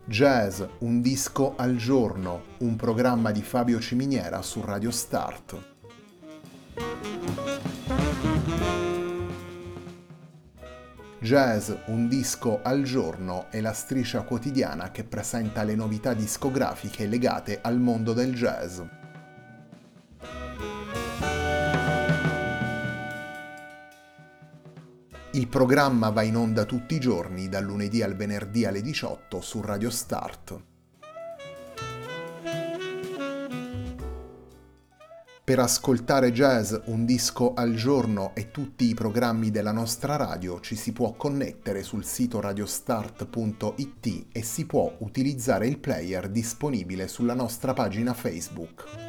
Jazz, un disco al giorno, un programma di Fabio Ciminiera su Radio Start. Jazz, un disco al giorno è la striscia quotidiana che presenta le novità discografiche legate al mondo del jazz. Il programma va in onda tutti i giorni, dal lunedì al venerdì alle 18 su Radio Start. Per ascoltare jazz, un disco al giorno e tutti i programmi della nostra radio ci si può connettere sul sito radiostart.it e si può utilizzare il player disponibile sulla nostra pagina Facebook.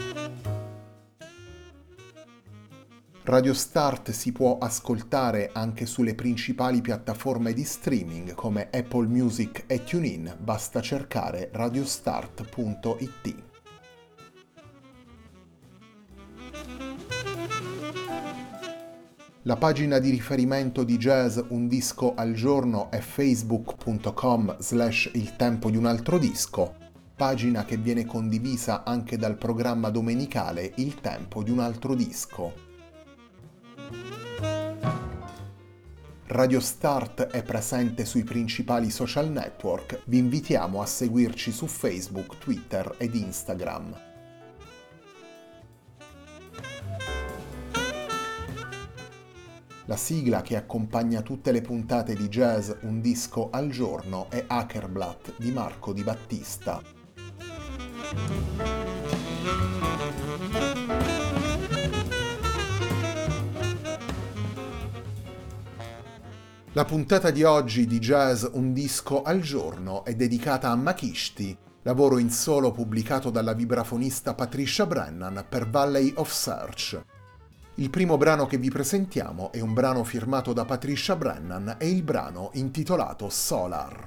Radio Start si può ascoltare anche sulle principali piattaforme di streaming come Apple Music e TuneIn, basta cercare radiostart.it. La pagina di riferimento di Jazz Un Disco al Giorno è facebook.com/il tempo di un altro disco, pagina che viene condivisa anche dal programma domenicale Il tempo di un altro disco. Radio Start è presente sui principali social network, vi invitiamo a seguirci su Facebook, Twitter ed Instagram. La sigla che accompagna tutte le puntate di Jazz Un Disco al Giorno è Hackerblatt di Marco Di Battista. La puntata di oggi di Jazz Un Disco al Giorno è dedicata a Makishti, lavoro in solo pubblicato dalla vibrafonista Patricia Brennan per Valley of Search. Il primo brano che vi presentiamo è un brano firmato da Patricia Brennan e il brano intitolato Solar.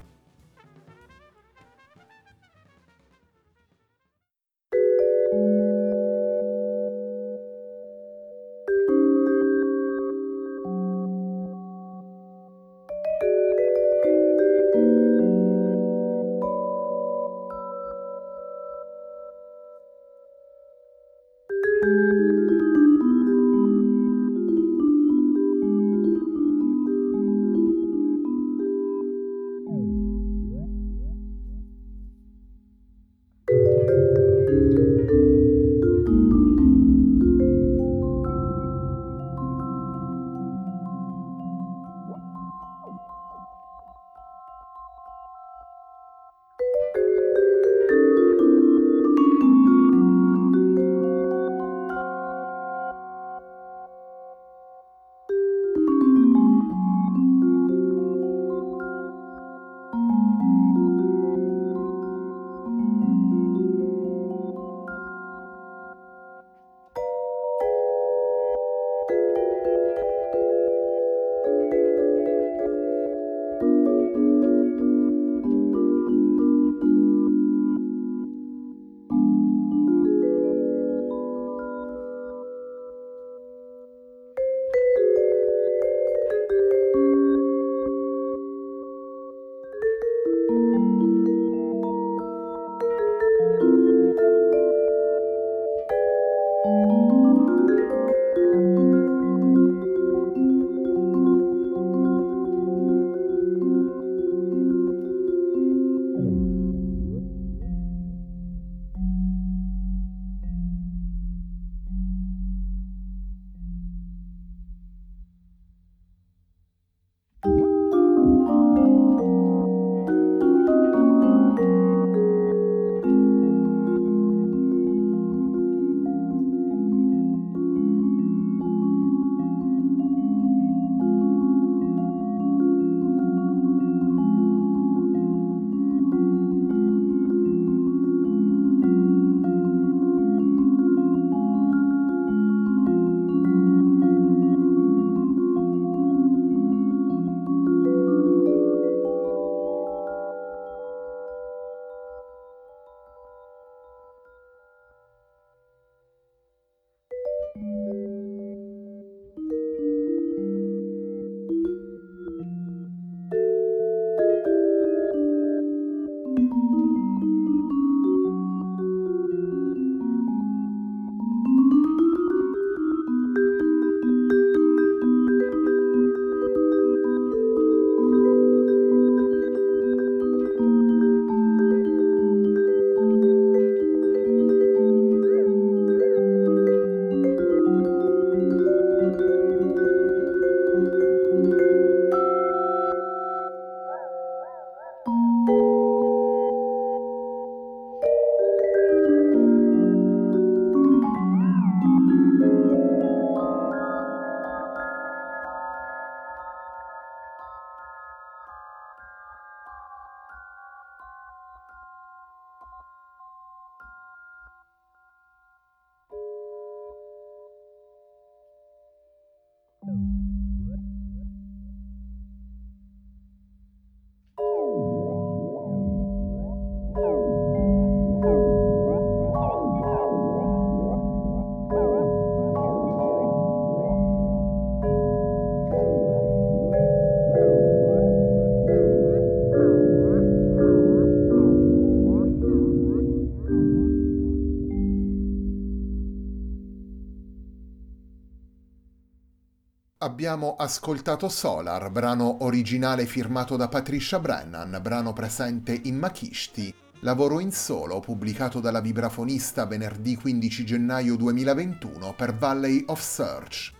Abbiamo ascoltato Solar, brano originale firmato da Patricia Brennan, brano presente in Makishti, lavoro in solo pubblicato dalla vibrafonista venerdì 15 gennaio 2021 per Valley of Search.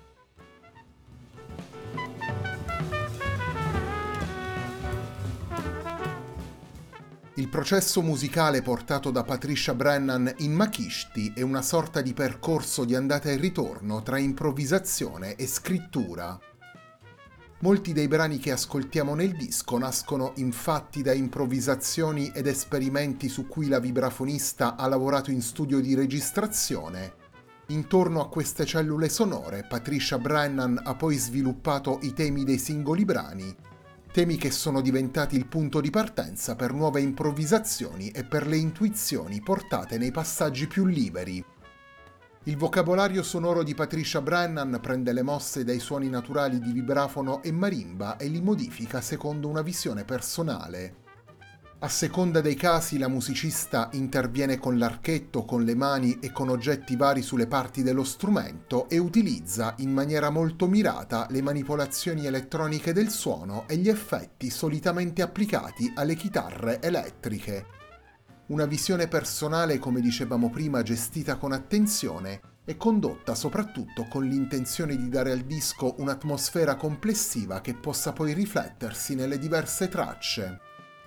Il processo musicale portato da Patricia Brennan in Makishti è una sorta di percorso di andata e ritorno tra improvvisazione e scrittura. Molti dei brani che ascoltiamo nel disco nascono infatti da improvvisazioni ed esperimenti su cui la vibrafonista ha lavorato in studio di registrazione. Intorno a queste cellule sonore, Patricia Brennan ha poi sviluppato i temi dei singoli brani, temi che sono diventati il punto di partenza per nuove improvvisazioni e per le intuizioni portate nei passaggi più liberi. Il vocabolario sonoro di Patricia Brennan prende le mosse dai suoni naturali di vibrafono e marimba e li modifica secondo una visione personale. A seconda dei casi la musicista interviene con l'archetto, con le mani e con oggetti vari sulle parti dello strumento e utilizza in maniera molto mirata le manipolazioni elettroniche del suono e gli effetti solitamente applicati alle chitarre elettriche. Una visione personale, come dicevamo prima, gestita con attenzione e condotta soprattutto con l'intenzione di dare al disco un'atmosfera complessiva che possa poi riflettersi nelle diverse tracce.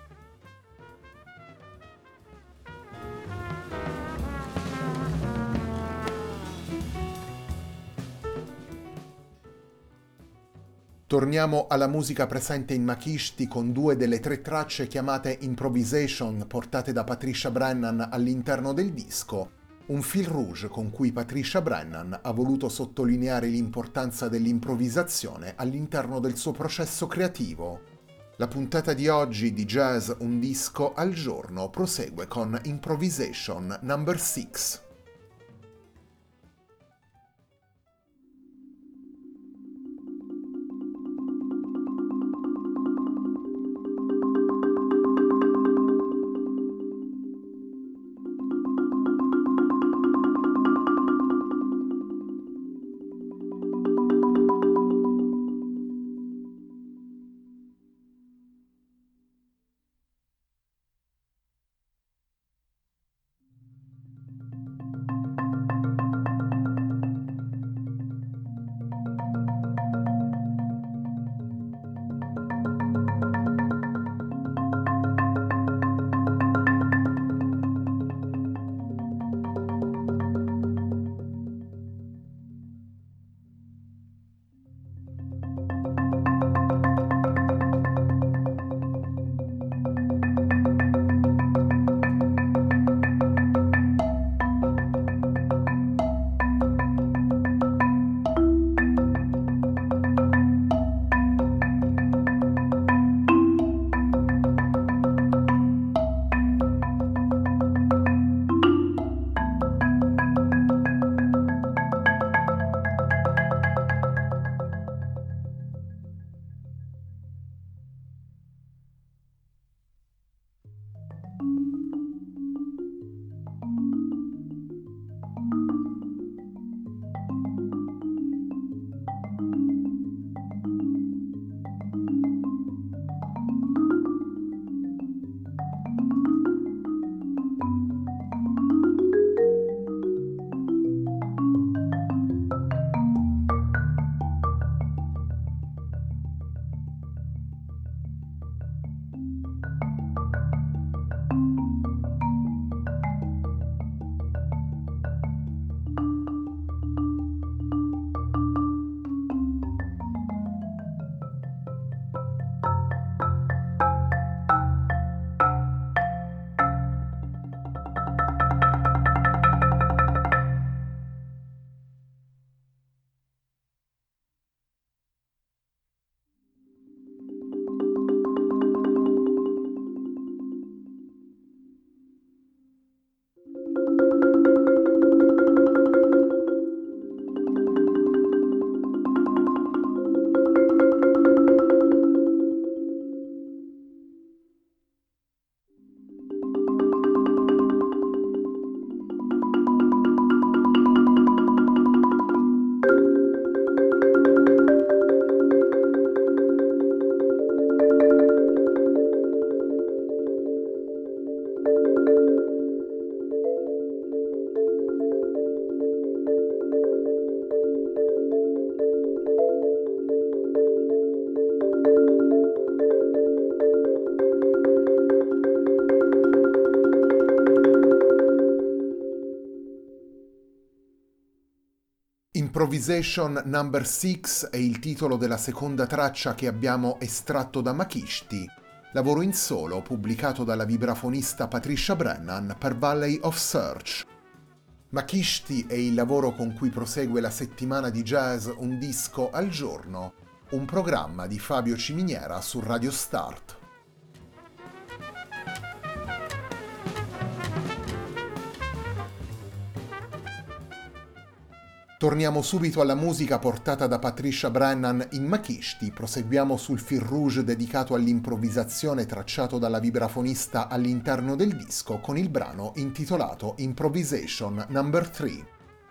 Torniamo alla musica presente in Makishti con due delle tre tracce chiamate Improvisation portate da Patricia Brennan all'interno del disco, un fil rouge con cui Patricia Brennan ha voluto sottolineare l'importanza dell'improvvisazione all'interno del suo processo creativo. La puntata di oggi di Jazz Un disco al giorno prosegue con Improvisation number 6. Improvisation Number 6 è il titolo della seconda traccia che abbiamo estratto da Makishti, lavoro in solo pubblicato dalla vibrafonista Patricia Brennan per Valley of Search. Makishti è il lavoro con cui prosegue la settimana di jazz Un disco al giorno, un programma di Fabio Ciminiera su Radio Start. Torniamo subito alla musica portata da Patricia Brennan in Makishti, proseguiamo sul fil rouge dedicato all'improvvisazione tracciato dalla vibrafonista all'interno del disco con il brano intitolato Improvisation Number 3.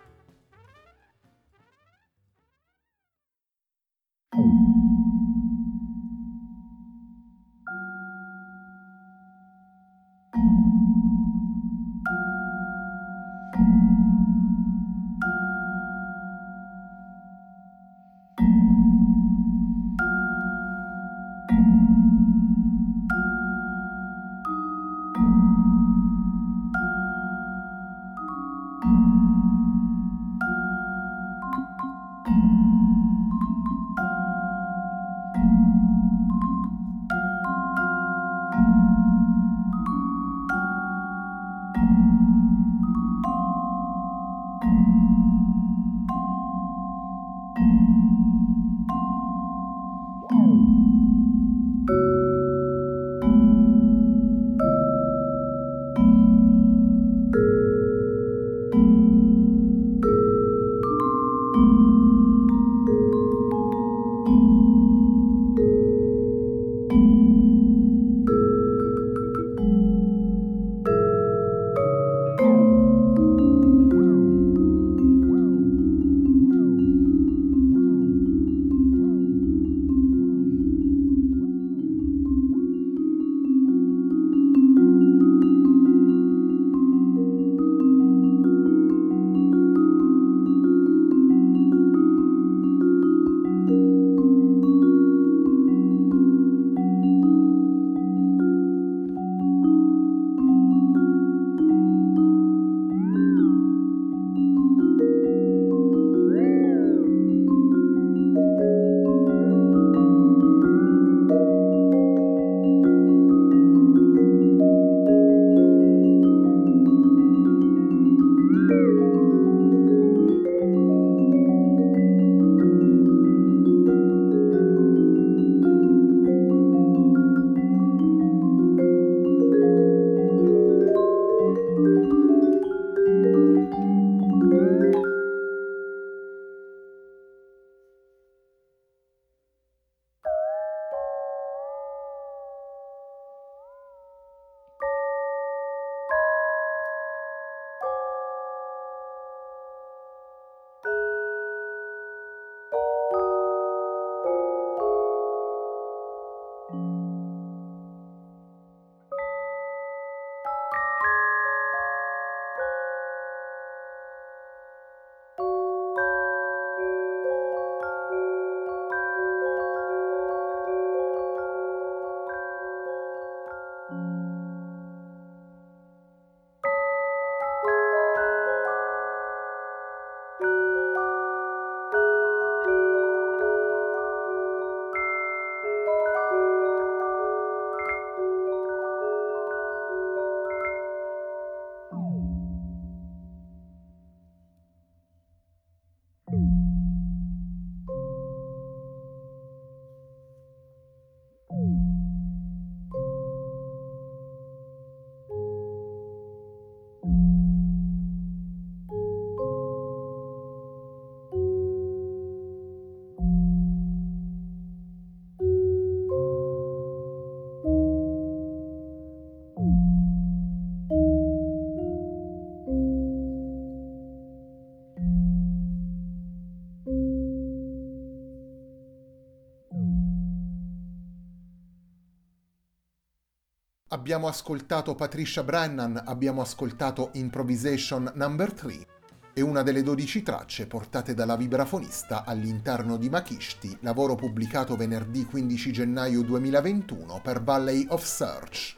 Abbiamo ascoltato Patricia Brennan, abbiamo ascoltato Improvisation Number 3 e una delle 12 tracce portate dalla vibrafonista all'interno di Makishti, lavoro pubblicato venerdì 15 gennaio 2021 per Valley of Search.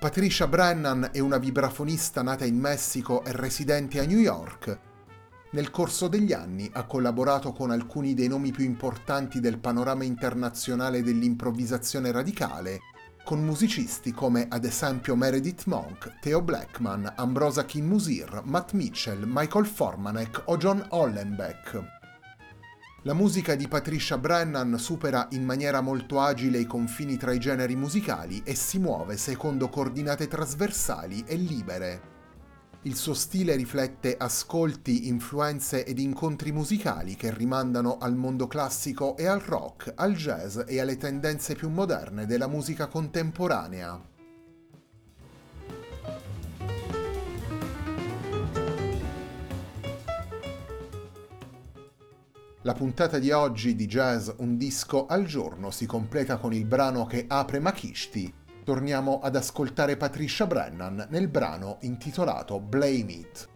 Patricia Brennan è una vibrafonista nata in Messico e residente a New York. Nel corso degli anni ha collaborato con alcuni dei nomi più importanti del panorama internazionale dell'improvvisazione radicale, con musicisti come ad esempio Meredith Monk, Theo Blackman, Ambrosa Kinmusir, Matt Mitchell, Michael Formanek o John Hollenbeck. La musica di Patricia Brennan supera in maniera molto agile i confini tra i generi musicali e si muove secondo coordinate trasversali e libere. Il suo stile riflette ascolti, influenze ed incontri musicali che rimandano al mondo classico e al rock, al jazz e alle tendenze più moderne della musica contemporanea. La puntata di oggi di Jazz Un disco al giorno si completa con il brano che apre Makishti. Torniamo ad ascoltare Patricia Brennan nel brano intitolato Blame It.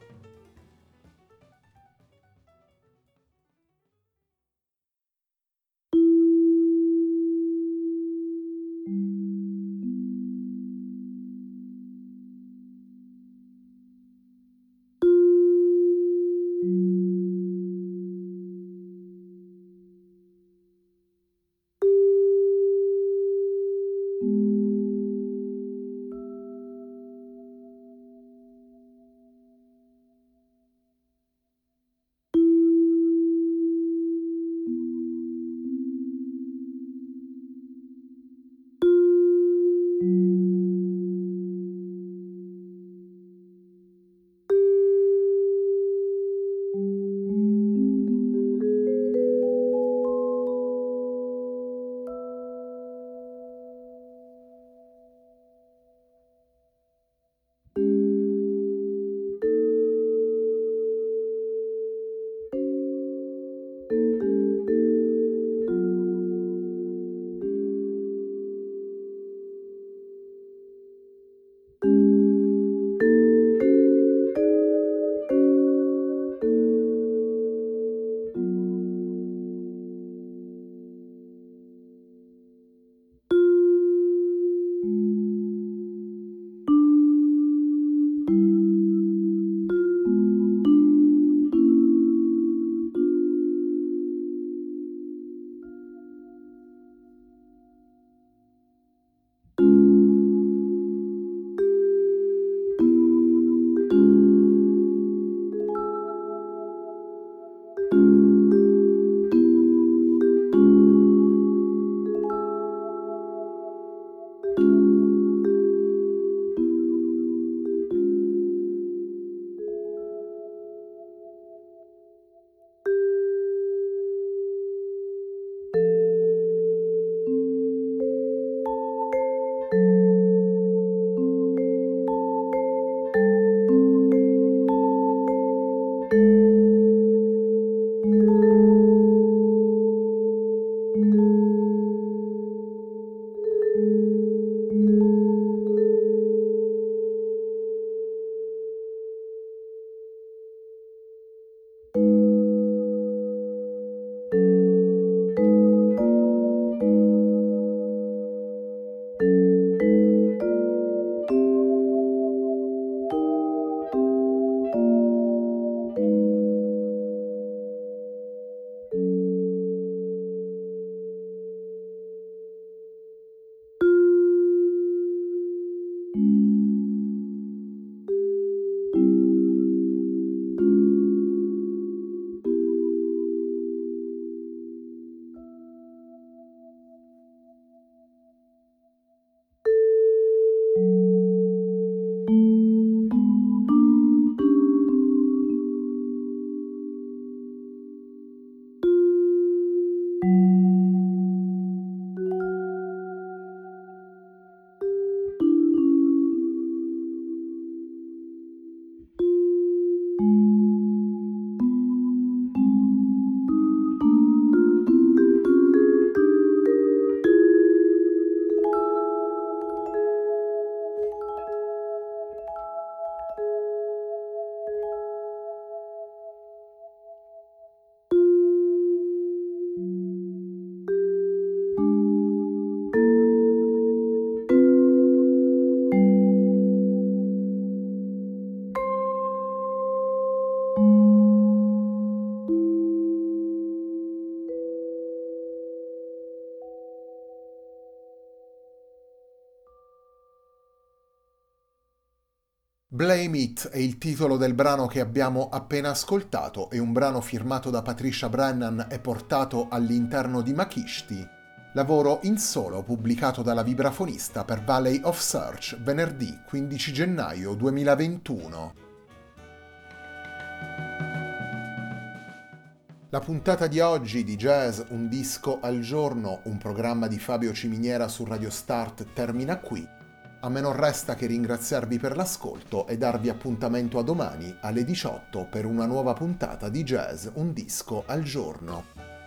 Blame It è il titolo del brano che abbiamo appena ascoltato, è un brano firmato da Patricia Brennan e portato all'interno di Makishti, lavoro in solo pubblicato dalla vibrafonista per Valley of Search venerdì 15 gennaio 2021. La puntata di oggi di Jazz Un disco al giorno, un programma di Fabio Ciminiera su Radio Start, termina qui. A me non resta che ringraziarvi per l'ascolto e darvi appuntamento a domani alle 18 per una nuova puntata di Jazz Un disco al giorno.